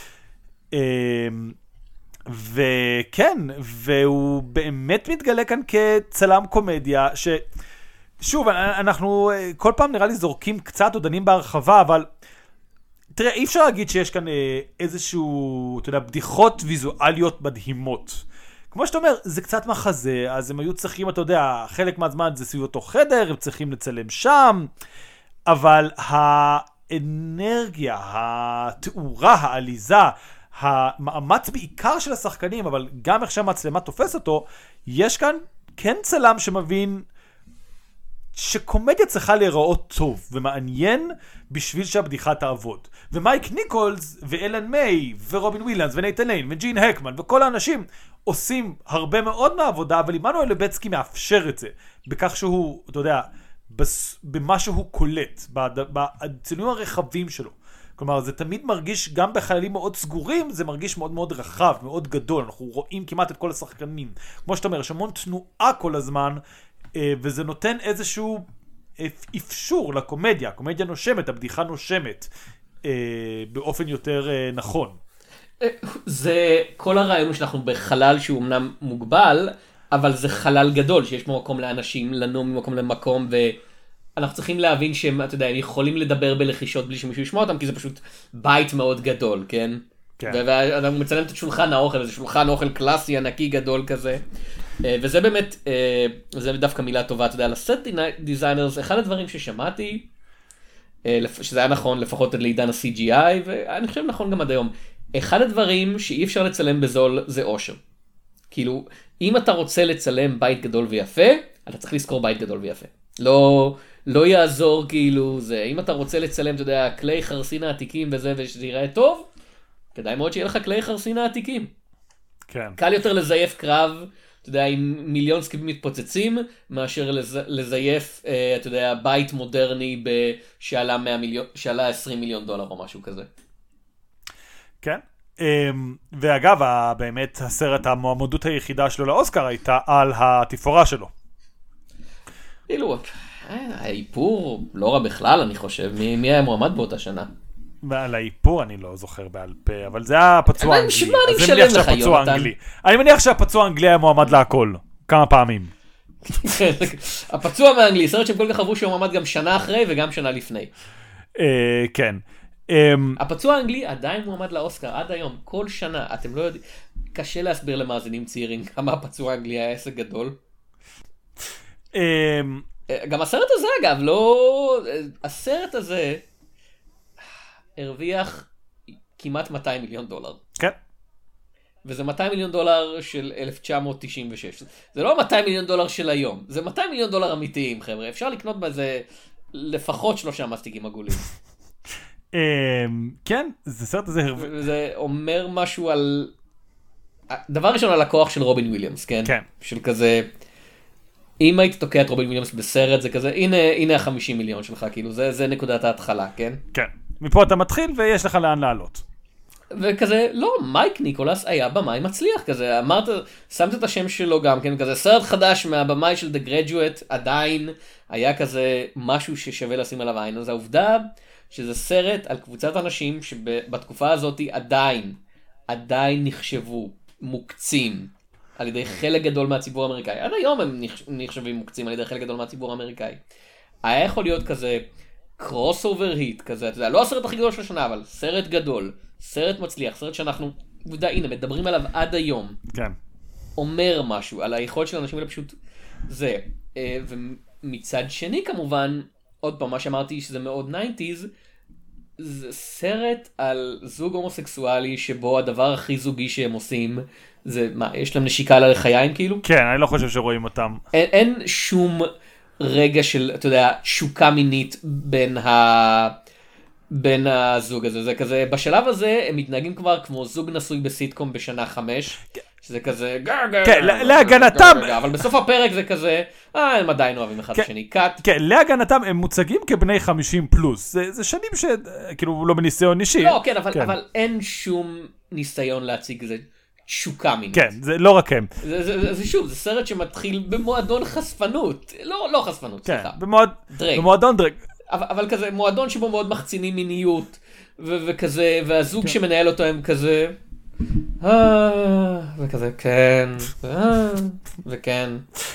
וכן, והוא באמת מתגלה כאן כצלם קומדיה, ששוב, אנחנו כל פעם נראה לי זורקים קצת או דנים בהרחבה, אבל תראה, אי אפשר להגיד שיש כאן איזשהו, אתה יודע, בדיחות ויזואליות מדהימות. כמו שאתה אומר, זה קצת מחזה, אז הם היו צריכים, אתה יודע, חלק מהזמן זה סביב אותו חדר, הם צריכים לצלם שם, אבל האנרגיה, התאורה, העליזה, המאמץ בעיקר של השחקנים, אבל גם איך שהמצלמה תופס אותו, יש כאן כן צלם שמבין שקומדיה צריכה להיראות טוב ומעניין בשביל שהבדיחה תעבוד. ומייק ניקולס ואלן מיי ורובין וויליאמס וניית'ן ליין וג'ין הקמן וכל האנשים עושים הרבה מאוד מהעבודה, אבל עמנואל לובצקי מאפשר את זה בכך שהוא, אתה יודע, במה שהוא קולט, בצילומים הרחבים שלו. כלומר, זה תמיד מרגיש, גם בחללים מאוד סגורים, זה מרגיש מאוד מאוד רחב, מאוד גדול. אנחנו רואים כמעט את כל השחקנים. כמו שאתה אומר, יש המון תנועה כל הזמן, וזה נותן איזשהו אפשור לקומדיה. הקומדיה נושמת, הבדיחה נושמת, באופן יותר נכון. זה כל הרעיון שאנחנו בחלל שהוא אמנם מוגבל, אבל זה חלל גדול, שיש מקום לאנשים לנום ממקום למקום, אנחנו צריכים להבין שהם, אתה יודע, הם יכולים לדבר בלחישות בלי שמישהו ישמע אותם, כי זה פשוט בית מאוד גדול, כן? כן. ואנחנו מצלם את שולחן האוכל, זה שולחן אוכל קלאסי, ענקי גדול כזה. וזה באמת, זה דווקא מילה טובה, אתה יודע, לסט דיזיינרס, אחד הדברים ששמעתי, שזה היה נכון, לפחות לעידן ה-CGI, ואני חושב נכון גם עד היום, אחד הדברים שאי אפשר לצלם בזול זה אושר. כאילו, אם אתה רוצה לצלם בית גדול ויפה, אתה צריך לזכור בית גדול ויפה. לא יעזור כאילו זה, אם אתה רוצה לצלם, אתה יודע, כלי חרסין העתיקים וזה, ושזה יראה טוב, כדאי מאוד שיהיה לך כלי חרסין העתיקים. כן. קל יותר לזייף קרב, אתה יודע, עם מיליון סקיבים מתפוצצים, מאשר לזייף, אתה יודע, בית מודרני שעלה 20 מיליון דולר או משהו כזה. כן. ואגב, באמת הסרט, המועמדות היחידה שלו לאוסקר הייתה על התפאורה שלו. כאילו, האיפור לא רע בכלל, אני חושב. מי היה מועמד באותה שנה? על האיפור אני לא זוכר בעל פה, אבל זה היה פצוע אנגלי. שמה אני משלם לך, יונתן? אני מניח שהפצוע האנגלי היה מועמד להכל, כמה פעמים. הפצוע מהאנגלי, סרט שהם כל כך אהבו שהוא מועמד גם שנה אחרי וגם שנה לפני. כן. הפצוע האנגלי עדיין מועמד לאוסקר, עד היום, כל שנה, אתם לא יודעים, קשה להסביר למאזינים צעירים כמה הפצוע האנגלי היה עסק גדול. גם הסרט הזה אגב, לא, הסרט הזה הרוויח כמעט 200 מיליון דולר. כן. וזה 200 מיליון דולר של 1996. זה לא 200 מיליון דולר של היום, זה 200 מיליון דולר אמיתיים, חבר'ה. אפשר לקנות בזה לפחות 3 מסטיקים עגולים. כן, זה סרט הזה הרוויח. זה אומר משהו על, דבר ראשון על הכוח של רובין וויליאמס, כן? כן. של כזה, אם היית תוקע את רובין וויליאמס בסרט, זה כזה, הנה ה-50 מיליון שלך, כאילו, זה נקודת ההתחלה, כן? כן. מפה אתה מתחיל ויש לך לאן לעלות. וכזה, לא, מייק ניקולס היה במאי מצליח, כזה, אמרת, שמת את השם שלו גם, כן, כזה, סרט חדש מהבמאי של The Graduate, עדיין היה כזה משהו ששווה לשים עליו עין, אז העובדה שזה סרט על קבוצת אנשים שבתקופה הזאת עדיין נחשבו מוקצים על ידי חלק גדול מהציבור האמריקאי. עד היום הם נחשבים מוקצים על ידי חלק גדול מהציבור האמריקאי. היה יכול להיות כזה קרוס אובר היט כזה, אתה יודע, לא הסרט הכי גדול של השנה, אבל סרט גדול, סרט מצליח, סרט שאנחנו, הנה, מדברים עליו עד היום. כן. אומר משהו על היכולת של האנשים האלה פשוט זה. ומצד שני כמובן, עוד פעם, מה שאמרתי שזה מאוד 90s, זה סרט על זוג הומוסקסואלי שבו הדבר הכי זוגי שהם עושים, זה מה, יש להם נשיקה על הלחיים כאילו? כן, אני לא חושב שרואים אותם. אין שום רגע של, אתה יודע, שוקה מינית בין הזוג הזה. זה כזה, בשלב הזה הם מתנהגים כבר כמו זוג נשוי בסיטקום בשנה 5, שזה כזה כן, להגנתם. אבל בסוף הפרק זה כזה, הם עדיין אוהבים אחד לשני, קאט. כן, להגנתם הם מוצגים כבני 50 פלוס. זה שנים שכאילו לא בניסיון אישי. לא, כן, אבל אין שום ניסיון להציג זה שוקה מינית. כן, זה לא רק הם. זה שוב, זה סרט שמתחיל במועדון חשפנות. לא חשפנות, סליחה. במועדון דרג. אבל כזה מועדון שבו מאוד מחצינים מיניות, וכזה, והזוג שמנהל אותו הם כזה, וכזה, כן, וכן.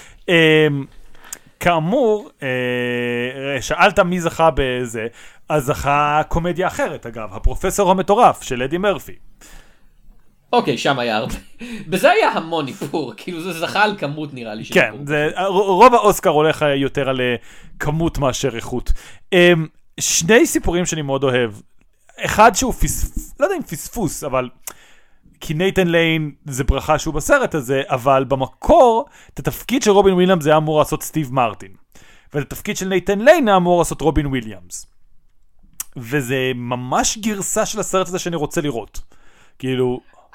כאמור, שאלת מי זכה בזה, אז זכה קומדיה אחרת, אגב, הפרופסור המטורף של אדי מרפי. אוקיי, שם היה הרבה. בזה היה המון איפור, כאילו זה זכה על כמות נראה לי. כן, רוב האוסקר הולך יותר על כמות מאשר איכות. שני סיפורים שאני מאוד אוהב. אחד שהוא לא יודע אם פספוס, אבל כי נייתן ליין זה ברכה שהוא בסרט הזה, אבל במקור, את התפקיד של רובין וויליאמס זה היה אמור לעשות סטיב מרטין. ואת התפקיד של נייתן ליין היה אמור לעשות רובין וויליאמס. וזה ממש גרסה של הסרט הזה שאני רוצה לראות. כאילו...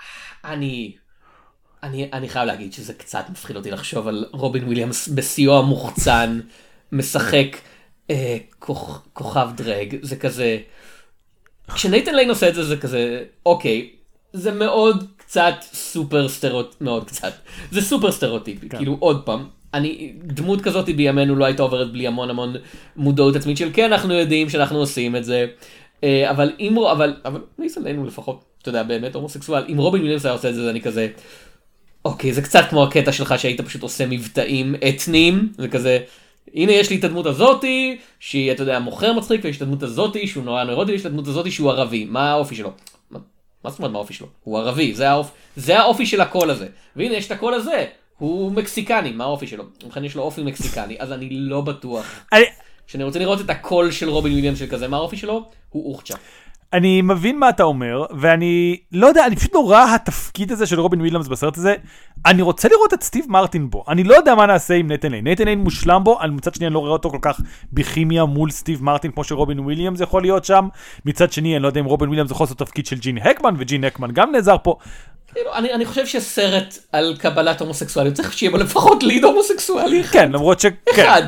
אני חייב להגיד שזה קצת מפחיד אותי לחשוב על רובין וויליאמס בסיוע מוחצן, משחק כוכב דרג, זה כזה... כשנייתן ליין עושה את זה, זה כזה, אוקיי, זה מאוד קצת סופר סטריאוטיפי, מאוד קצת, זה סופר סטריאוטיפי, כאילו עוד פעם, דמות כזאת בימינו לא הייתה עוברת בלי המון מודעות עצמית של כן, אנחנו יודעים שאנחנו עושים את זה, אבל נייתן ליין הוא לפחות, אתה יודע, באמת הומוסקסואל, אם רובין וויליאמס היה עושה את זה, אני כזה, אוקיי, זה קצת כמו הקטע שלך שהיית פשוט עושה מבטאים אתניים, וכזה, הנה יש לי את הדמות הזאתי, שהיא, אתה יודע, מוכר מצחיק, ויש את הדמות הזאתי, שהוא נורא נוירוטי, ויש את הדמות הזאתי שהוא ערבי. מה האופי שלו? מה זאת אומרת מה האופי שלו? הוא ערבי, זה האופי של הקול הזה. והנה יש את הקול הזה, הוא מקסיקני, מה האופי שלו? לכן יש לו אופי מקסיקני, אז אני לא בטוח. כשאני רוצה לראות את הקול של רובין וויליאמס של כזה, מה האופי שלו? הוא אוכצ'ה. אני מבין מה אתה אומר, ואני לא יודע, אני פשוט נורא התפקיד הזה של רובין וויליאמס בסרט הזה, אני רוצה לראות את סטיב מרטין בו, אני לא יודע מה נעשה עם נייתן ליין, נייתן ליין מושלם בו, אני מצד שני אני לא רואה אותו כל כך בכימיה מול סטיב מרטין, כמו שרובין וויליאמס יכול להיות שם, מצד שני אני לא יודע אם רובין וויליאמס יכול לעשות תפקיד של ג'ין הקמן, וג'ין הקמן גם נעזר פה. אני חושב שסרט על קבלת הומוסקסואליות, צריך שיהיה בו לפחות ליד הומוסקסואלי אחד. כן, למרות ש... אחד.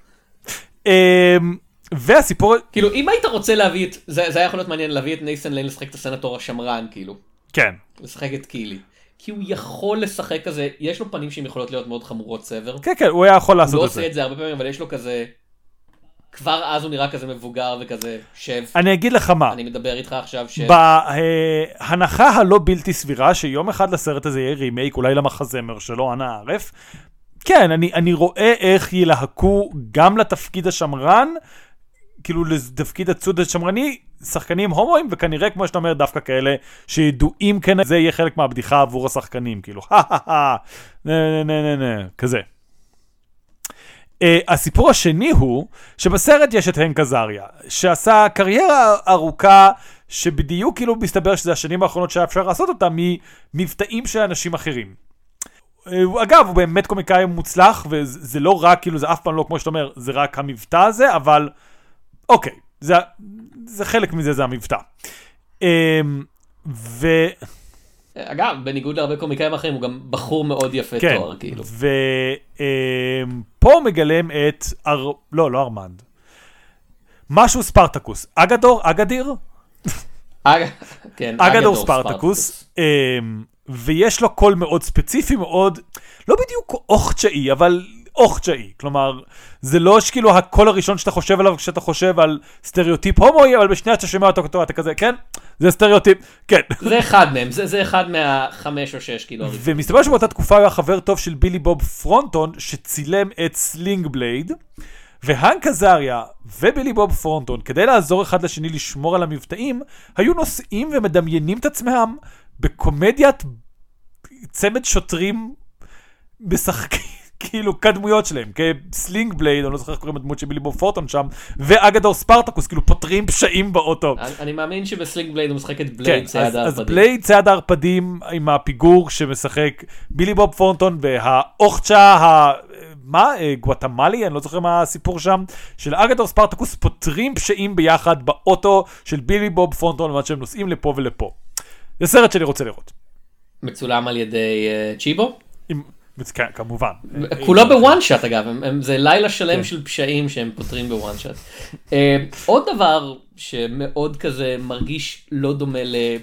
והסיפור... כאילו, אם היית רוצה להביא את... זה היה יכול להיות מעניין להביא את נייתן ליין לשחק את הסנטור השמרן, כאילו. כן. לשחק את קילי. כי הוא יכול לשחק כזה, יש לו פנים שהן יכולות להיות מאוד חמורות סבר. כן, כן, הוא היה יכול לעשות את זה. הוא לא עושה את זה הרבה פעמים, אבל יש לו כזה... כבר אז הוא נראה כזה מבוגר וכזה שב. אני אגיד לך מה. אני מדבר איתך עכשיו ש... בהנחה הלא בלתי סבירה, שיום אחד לסרט הזה יהיה רימייק, אולי למחזמר שלו, אנא ערף. כן, אני רואה איך ילהקו גם לתפקיד השמרן, כאילו לתפקיד הצוד השמרני, שחקנים הומואים, וכנראה כמו שאתה אומר דווקא כאלה שידועים כן, זה יהיה חלק מהבדיחה עבור השחקנים, כאילו, כזה. הסיפור השני הוא שבסרט יש את הנק עזריה, שעשה קריירה ארוכה, שבדיוק כאילו מסתבר שזה השנים האחרונות שהיה אפשר לעשות אותה ממבטאים של אנשים אחרים. אגב, הוא באמת קומיקאי מוצלח, וזה לא רק, כאילו זה אף פעם לא כמו שאתה אומר, זה רק המבטא הזה, אבל אוקיי, זה חלק מזה, זה המבטא. אגב, בניגוד להרבה קומיקאים אחרים, הוא גם בחור מאוד יפה תואר, כאילו. ופה מגלם את, לא ארמנד. משהו ספרטקוס. אגדיר? כן, אגדור ספרטקוס. ויש לו קול מאוד ספציפי, מאוד, לא בדיוק אוכצ'אי, אבל אוכצ'אי. כלומר, זה לא שכאילו הקול הראשון שאתה חושב עליו, כשאתה חושב על סטריאוטיפ הומואי, אבל בשנייה שאתה שומע אותו, אתה כזה, כן? זה סטריאוטיפ, כן. זה אחד מהם, זה אחד מה5 או 6 כאילו. ומסתבר שבאותה תקופה היה חבר טוב של בילי בוב פרונטון, שצילם את סלינג בלייד, והנק עזריה ובילי בוב פרונטון, כדי לעזור אחד לשני לשמור על המבטאים, היו נוסעים ומדמיינים את עצמם בקומדיית צמד שוטרים משחקים, כאילו כדמויות שלהם, כסלינג בלייד, אני לא זוכר איך קוראים הדמות של בילי בוב פרונטון שם, ואגדור ספרטקוס, כאילו פותרים פשעים באוטו. אני מאמין שבסלינג בלייד הוא משחק את בלייד צייד הערפדים. אז בלייד צייד הערפדים עם הפיגור שמשחק בילי בוב פרונטון, והאוכצ'ה גואטמלי, אני לא זוכר מה הסיפור שם, של אגדור ספרטקוס פותרים פשעים ביחד באוטו של בילי בוב פרונטון, למעט שהם נוסעים לפה ולפה. זה סרט שאני רוצה לראות. מצולם על ידי צ'יבו? כמובן. כולו בוואן שוט אגב, זה לילה שלם של פשעים שהם פותרים בוואן שוט. עוד דבר שמאוד כזה מרגיש לא דומה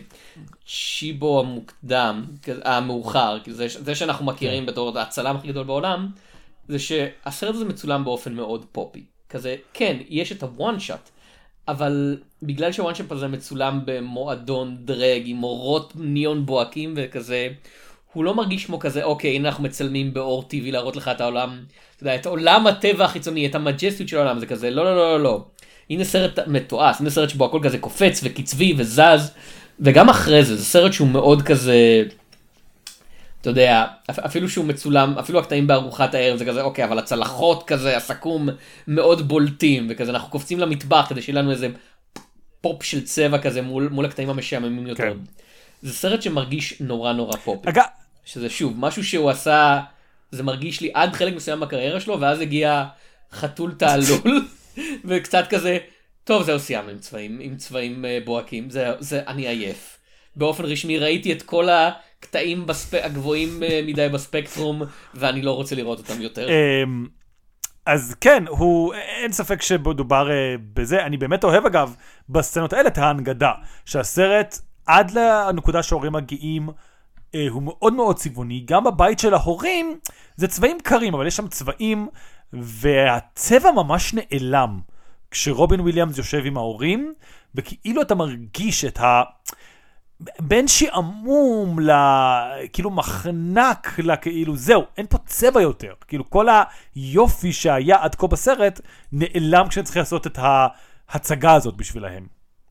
לצ'יבו המוקדם, המאוחר, זה שאנחנו מכירים בתור הצלם הכי גדול בעולם, זה שהסרט הזה מצולם באופן מאוד פופי. כזה, כן, יש את הוואן שוט, אבל בגלל שהוואן שוט הזה מצולם במועדון דרג עם אורות ניון בוהקים וכזה, הוא לא מרגיש כמו כזה, אוקיי, הנה אנחנו מצלמים באור טבעי להראות לך את העולם, אתה יודע, את עולם הטבע החיצוני, את המג'סטיות של העולם, זה כזה, לא, לא, לא, לא, לא. הנה סרט מתועש, הנה סרט שבו הכל כזה קופץ וקצבי וזז, וגם אחרי זה, זה סרט שהוא מאוד כזה, אתה יודע, אפילו שהוא מצולם, אפילו הקטעים בארוחת הערב, זה כזה, אוקיי, אבל הצלחות כזה, הסכו"ם מאוד בולטים, וכזה אנחנו קופצים למטבח כדי שיהיה לנו איזה פופ של צבע כזה מול הקטעים המשעממים יותר. כן. זה סרט שמרגיש נורא נורא פופי. שזה שוב, משהו שהוא עשה, זה מרגיש לי עד חלק מסוים בקריירה שלו, ואז הגיע חתול תעלול, וקצת כזה, טוב, זהו סיימנו עם צבעים בוהקים, אני עייף. באופן רשמי ראיתי את כל הקטעים הגבוהים מדי בספקטרום, ואני לא רוצה לראות אותם יותר. אז כן, אין ספק שבדובר בזה, אני באמת אוהב אגב, בסצנות האלה את ההנגדה, שהסרט עד לנקודה שההורים מגיעים, הוא מאוד מאוד צבעוני. גם בבית של ההורים, זה צבעים קרים, אבל יש שם צבעים, והצבע ממש נעלם. כשרובין וויליאמס יושב עם ההורים, וכאילו אתה מרגיש את בין שעמום כאילו מחנק כאילו זהו, אין פה צבע יותר. כאילו כל היופי שהיה עד כה בסרט, נעלם כשצריך לעשות את ההצגה הזאת בשבילהם.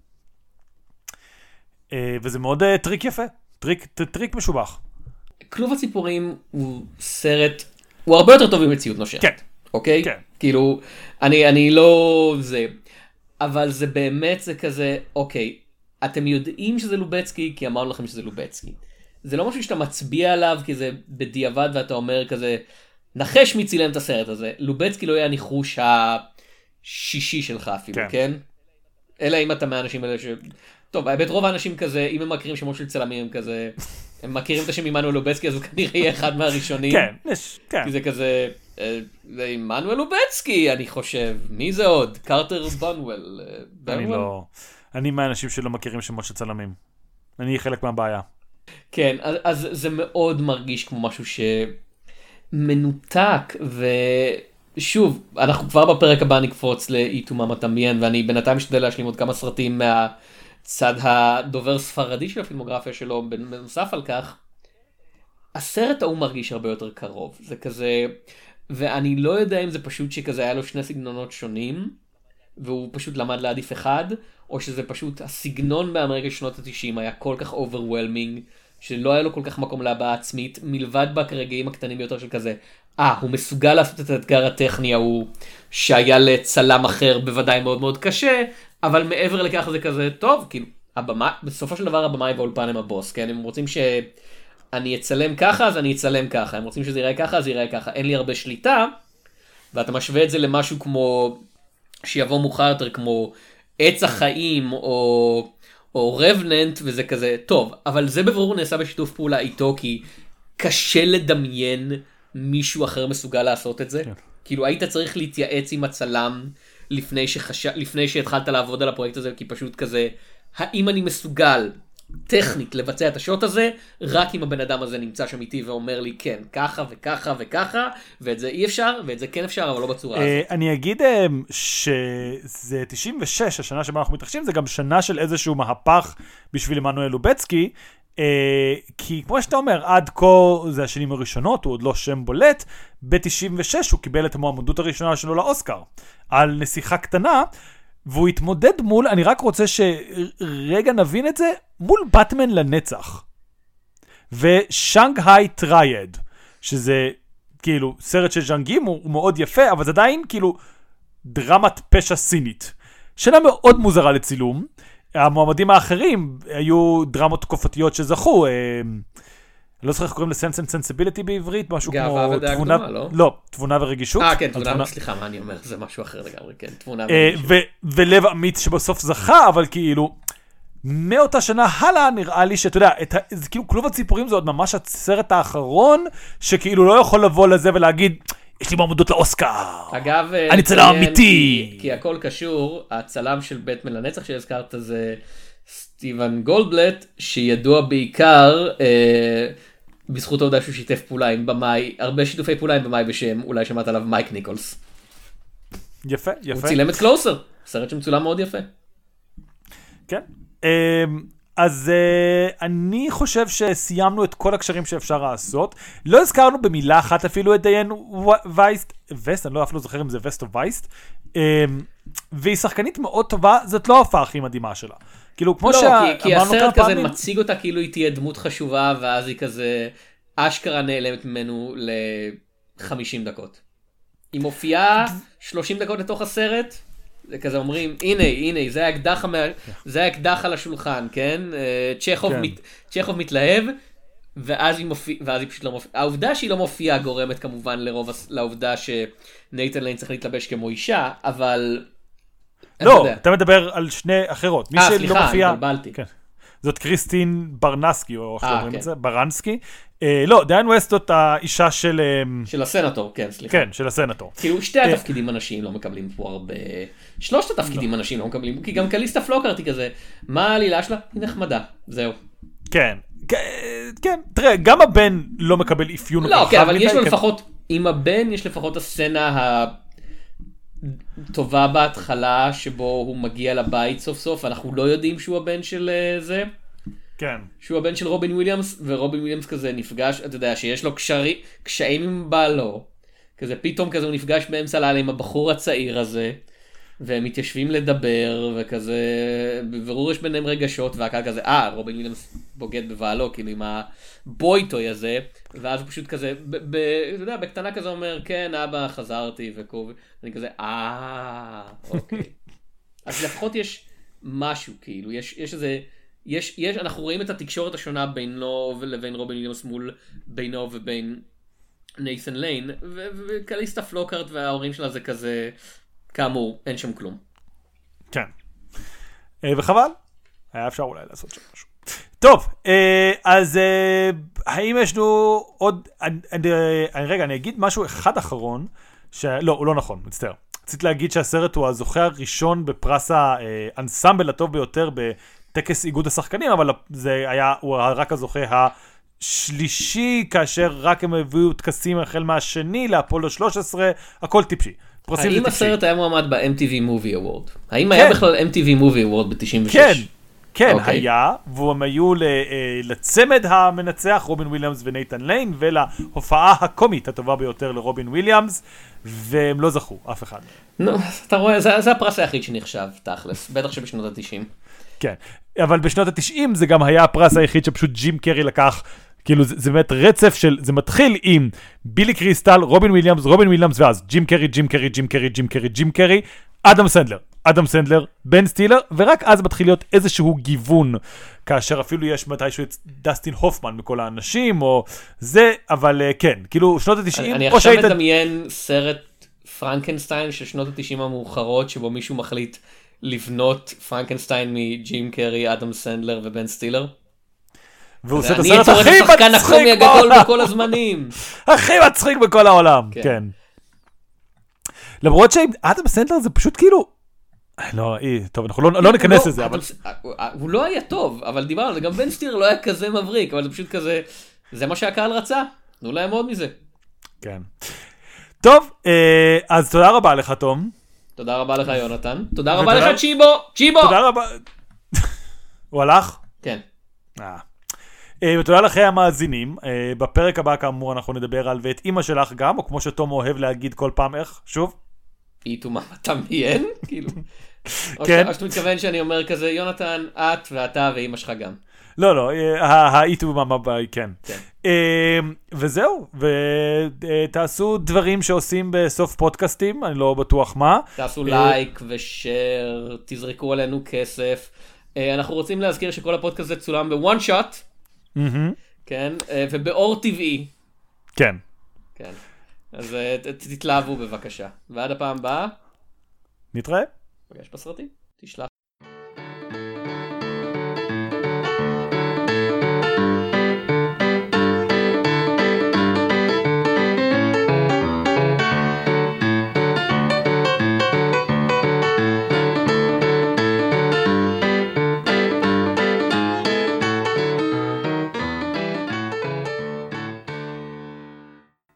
וזה מאוד טריק יפה, טריק משובח. כלוב הציפורים הוא סרט, הוא הרבה יותר טוב ממציאות נושכת. כן. אוקיי? כן. כאילו, אני לא זה, אבל זה באמת זה כזה, אוקיי, אתם יודעים שזה לובצקי, כי אמרנו לכם שזה לובצקי. זה לא משהו שאתה מצביע עליו, כי זה בדיעבד ואתה אומר כזה, נחש מי צילם את הסרט הזה. לובצקי לא יהיה הניחוש השישי שלך אפילו, כן? אלא אם אתה מהאנשים האלה ש... טוב, באמת רוב האנשים כזה, אם הם מכירים שמות של צלמים, הם כזה, הם מכירים את השם עמנואל לובצקי, אז הוא כנראה יהיה אחד מהראשונים. כן, כן. כי זה כזה, זה עמנואל לובצקי, אני חושב. מי זה עוד? קרטר בנואל. אני מהאנשים שלא מכירים שמות של צלמים. אני חלק מהבעיה. כן, אז זה מאוד מרגיש כמו משהו שמנותק, ושוב, אנחנו כבר בפרק הבא נקפוץ לאיתומה מתמיין, ואני בינתיים משתדל להשלים עוד כמה סרטים מהצד הדובר ספרדי של הפילמוגרפיה שלו, בנוסף על כך, הסרט ההוא מרגיש הרבה יותר קרוב. זה כזה, ואני לא יודע אם זה פשוט שכזה היה לו שני סגנונות שונים, והוא פשוט למד להעדיף אחד, או שזה פשוט הסגנון באמריקה שנות ה-90 היה כל כך overwhelming, שלא היה לו כל כך מקום להבעה עצמית, מלבד ברגעים הקטנים ביותר של כזה, הוא מסוגל לעשות את האתגר הטכני ההוא, שהיה לצלם אחר בוודאי מאוד מאוד קשה, אבל מעבר לכך זה כזה, טוב, כאילו, בסופו של דבר הבמאי והאולפן הם הבוס, כן? הם רוצים שאני אצלם ככה, אז אני אצלם ככה, הם רוצים שזה ייראה ככה, אז ייראה ככה, אין לי הרבה שליטה, ואתה משווה את זה למשהו כמו, שיבוא מאוחר יותר כמו עץ החיים, או רבננט, וזה כזה, טוב, אבל זה בברור נעשה בשיתוף פעולה איתו, כי קשה לדמיין מישהו אחר מסוגל לעשות את זה. כן. כאילו היית צריך להתייעץ עם הצלם לפני שהתחלת לעבוד על הפרויקט הזה, כי פשוט כזה, האם אני מסוגל טכנית לבצע את השוט הזה, רק אם הבן אדם הזה נמצא שם איתי ואומר לי, כן, ככה וככה וככה, ואת זה אי אפשר, ואת זה כן אפשר, אבל לא בצורה הזאת. אני אגיד שזה 96, השנה שבה אנחנו מתרחשים, זה גם שנה של איזשהו מהפך בשביל עמנואל לובצקי, כי כמו שאתה אומר, עד כה זה השנים הראשונות, הוא עוד לא שם בולט, ב-96 הוא קיבל את המועמדות הראשונה שלו לאוסקר, על נסיכה קטנה, והוא התמודד מול, אני רק רוצה שרגע נבין את זה, מול באטמן לנצח. ושאנג-היי טרייד, שזה כאילו סרט של ז'אנגים, הוא מאוד יפה, אבל זה עדיין כאילו דרמת פשע סינית. שנה מאוד מוזרה לצילום. המועמדים האחרים היו דרמות תקופתיות שזכו. לא זוכר איך קוראים לסנס אנד סנסיביליטי בעברית, משהו כמו גאווה ודעה קדומה, לא? לא, תבונה ורגישות. כן, תבונה, סליחה, מה אני אומר? זה משהו אחר לגמרי, כן, תבונה ורגישות. ולב אמיץ שבסוף זכה, אבל כאילו, מאותה שנה הלאה נראה לי שאתה יודע, זה כאילו כלוב הציפורים זה עוד ממש הסרט האחרון, שכאילו לא יכול לבוא לזה ולהגיד, יש לי מעמדות לאוסקר. אגב, אני צלם אמיתי. כי הכל קשור, הצלם של בטמן לנצח שהזכרת זה סטיבן גולדבלט, שידוע בעיקר בזכות העובדה שהוא שיתף פעולה עם במאי, הרבה שיתופי פעולה עם במאי בשם, אולי שמעת עליו מייק ניקולס. יפה, יפה. הוא צילם את קלוסר, סרט שמצולם מאוד יפה. כן. אז אני חושב שסיימנו את כל הקשרים שאפשר לעשות. לא הזכרנו במילה אחת אפילו את דיין וייסט, אני לא אפילו זוכר אם זה וסט או וייסט, והיא שחקנית מאוד טובה, זאת לא ההופעה הכי מדהימה שלה. כאילו, כמו כי הסרט כזה מציג אותה כאילו היא תהיה דמות חשובה, ואז היא כזה אשכרה נעלמת ממנו ל-50 דקות. היא מופיעה 30 דקות לתוך הסרט, זה כזה אומרים, הנה, זה האקדח על השולחן, כן? צ'כוב מתלהב, ואז היא פשוט לא מופיעה. העובדה שהיא לא מופיעה גורמת כמובן לעובדה שנייתן ליין צריך להתלבש כמו אישה, אבל... לא, אתה מדבר על שני אחרות. סליחה, התבלבלתי. זאת קריסטין ברנסקי, או איך אומרים את זה? ברנסקי. לא, דיין ווסט זאת האישה של... של הסנטור, כן, סליחה. כן, של הסנטור. כאילו שתי התפקידים אנשים לא מקבלים פה הרבה... שלושת התפקידים אנשים לא מקבלים, כי גם קליסטה פלוקארט היא כזה, מה העלילה שלה? היא נחמדה, זהו. כן, כן, תראה, גם הבן לא מקבל אפיון. לא, כן, אבל יש לו לפחות, עם הבן יש לפחות הסצנה הטובה בהתחלה, שבו הוא מגיע לבית סוף סוף, אנחנו לא יודעים שהוא הבן של זה. כן. שהוא הבן של רובין וויליאמס, ורובין וויליאמס כזה נפגש, אתה יודע, שיש לו קשיים עם בעלו, כזה פתאום כזה הוא נפגש באמצע לילה עם הבחור הצעיר הזה, והם מתיישבים לדבר, וכזה, בבירור יש ביניהם רגשות, והקהל כזה, רובין וויליאמס בוגד בבעלו, כאילו עם הבויטוי הזה, ואז הוא פשוט כזה, אתה יודע, בקטנה כזה אומר, כן, אבא, חזרתי, ואני כזה, אוקיי. אז לפחות יש משהו, כאילו, יש איזה, אנחנו רואים את התקשורת השונה בינו לבין רובין וויליאמס מול בינו ובין נייתן ליין, וקליסטה פלוקארט וההורים שלה זה כזה, כאמור, אין שם כלום. כן. וחבל, היה אפשר אולי לעשות שם משהו. טוב, אז האם יש לנו עוד, רגע, אני אגיד משהו אחד אחרון, לא, הוא לא נכון, מצטער. רציתי להגיד שהסרט הוא הזוכה הראשון בפרס האנסמבל הטוב ביותר בטקס איגוד השחקנים, אבל הוא רק הזוכה השלישי, כאשר רק הם הביאו טקסים החל מהשני לאפולו 13, הכל טיפשי. האם הסרט היה מועמד ב-MTV Movie Award? האם היה בכלל MTV Movie Award ב-96? כן, היה, והם היו לצמד המנצח, רובין וויליאמס ונייתן ליין, ולהופעה הקומית הטובה ביותר לרובין וויליאמס, והם לא זכו, אף אחד. נו, אתה רואה, זה הפרס היחיד שנחשב, תכלס, בטח שבשנות ה-90. כן, אבל בשנות ה-90 זה גם היה הפרס היחיד שפשוט ג'ים קרי לקח, כאילו זה באמת רצף של, זה מתחיל עם בילי קריסטל, רובין וויליאמס, ואז ג'ים קרי, אדם סנדלר, בן סטילר, ורק אז מתחיל להיות איזשהו גיוון, כאשר אפילו יש מתישהו את דסטין הופמן מכל האנשים, או זה, אבל כן, כאילו שנות ה-90, אני עכשיו מדמיין סרט פרנקנסטיין של שנות ה-90 המאוחרות, שבו מישהו מחליט לבנות פרנקנסטיין מג'ים קרי, אדם סנדלר ובן סטילר. והוא עושה את הסרט הכי מצחיק בכל הזמנים. הכי מצחיק בכל העולם, כן. למרות שאדם סנדלר זה פשוט כאילו, לא, טוב, אנחנו לא ניכנס לזה, אבל... הוא לא היה טוב, אבל דיברנו על זה, גם בן סטילר לא היה כזה מבריק, אבל זה פשוט כזה, זה מה שהקהל רצה, תנו להם עוד מזה. כן. טוב, אז תודה רבה לך, תום. תודה רבה לך, יונתן. תודה רבה לך, צ'יבו! תודה רבה. הוא הלך? כן. ותודה לכם המאזינים. בפרק הבא, כאמור, אנחנו נדבר על ואת אמא שלך גם, או כמו שתום אוהב להגיד כל פעם, איך? שוב? איתו אתה מיין? כאילו. כן. או שאתה מתכוון שאני אומר כזה, יונתן, את ואתה ואמא שלך גם. לא, האיתו מאמה, כן. כן. וזהו, ותעשו דברים שעושים בסוף פודקאסטים, אני לא בטוח מה. תעשו לייק ושאר, תזרקו עלינו כסף. אנחנו רוצים להזכיר שכל הפודקאסט הזה צולם בוואן שוט. כן, ובאור טבעי. כן. כן. אז תתלהבו בבקשה. ועד הפעם הבאה. נתראה. פגש בסרטים. תשלח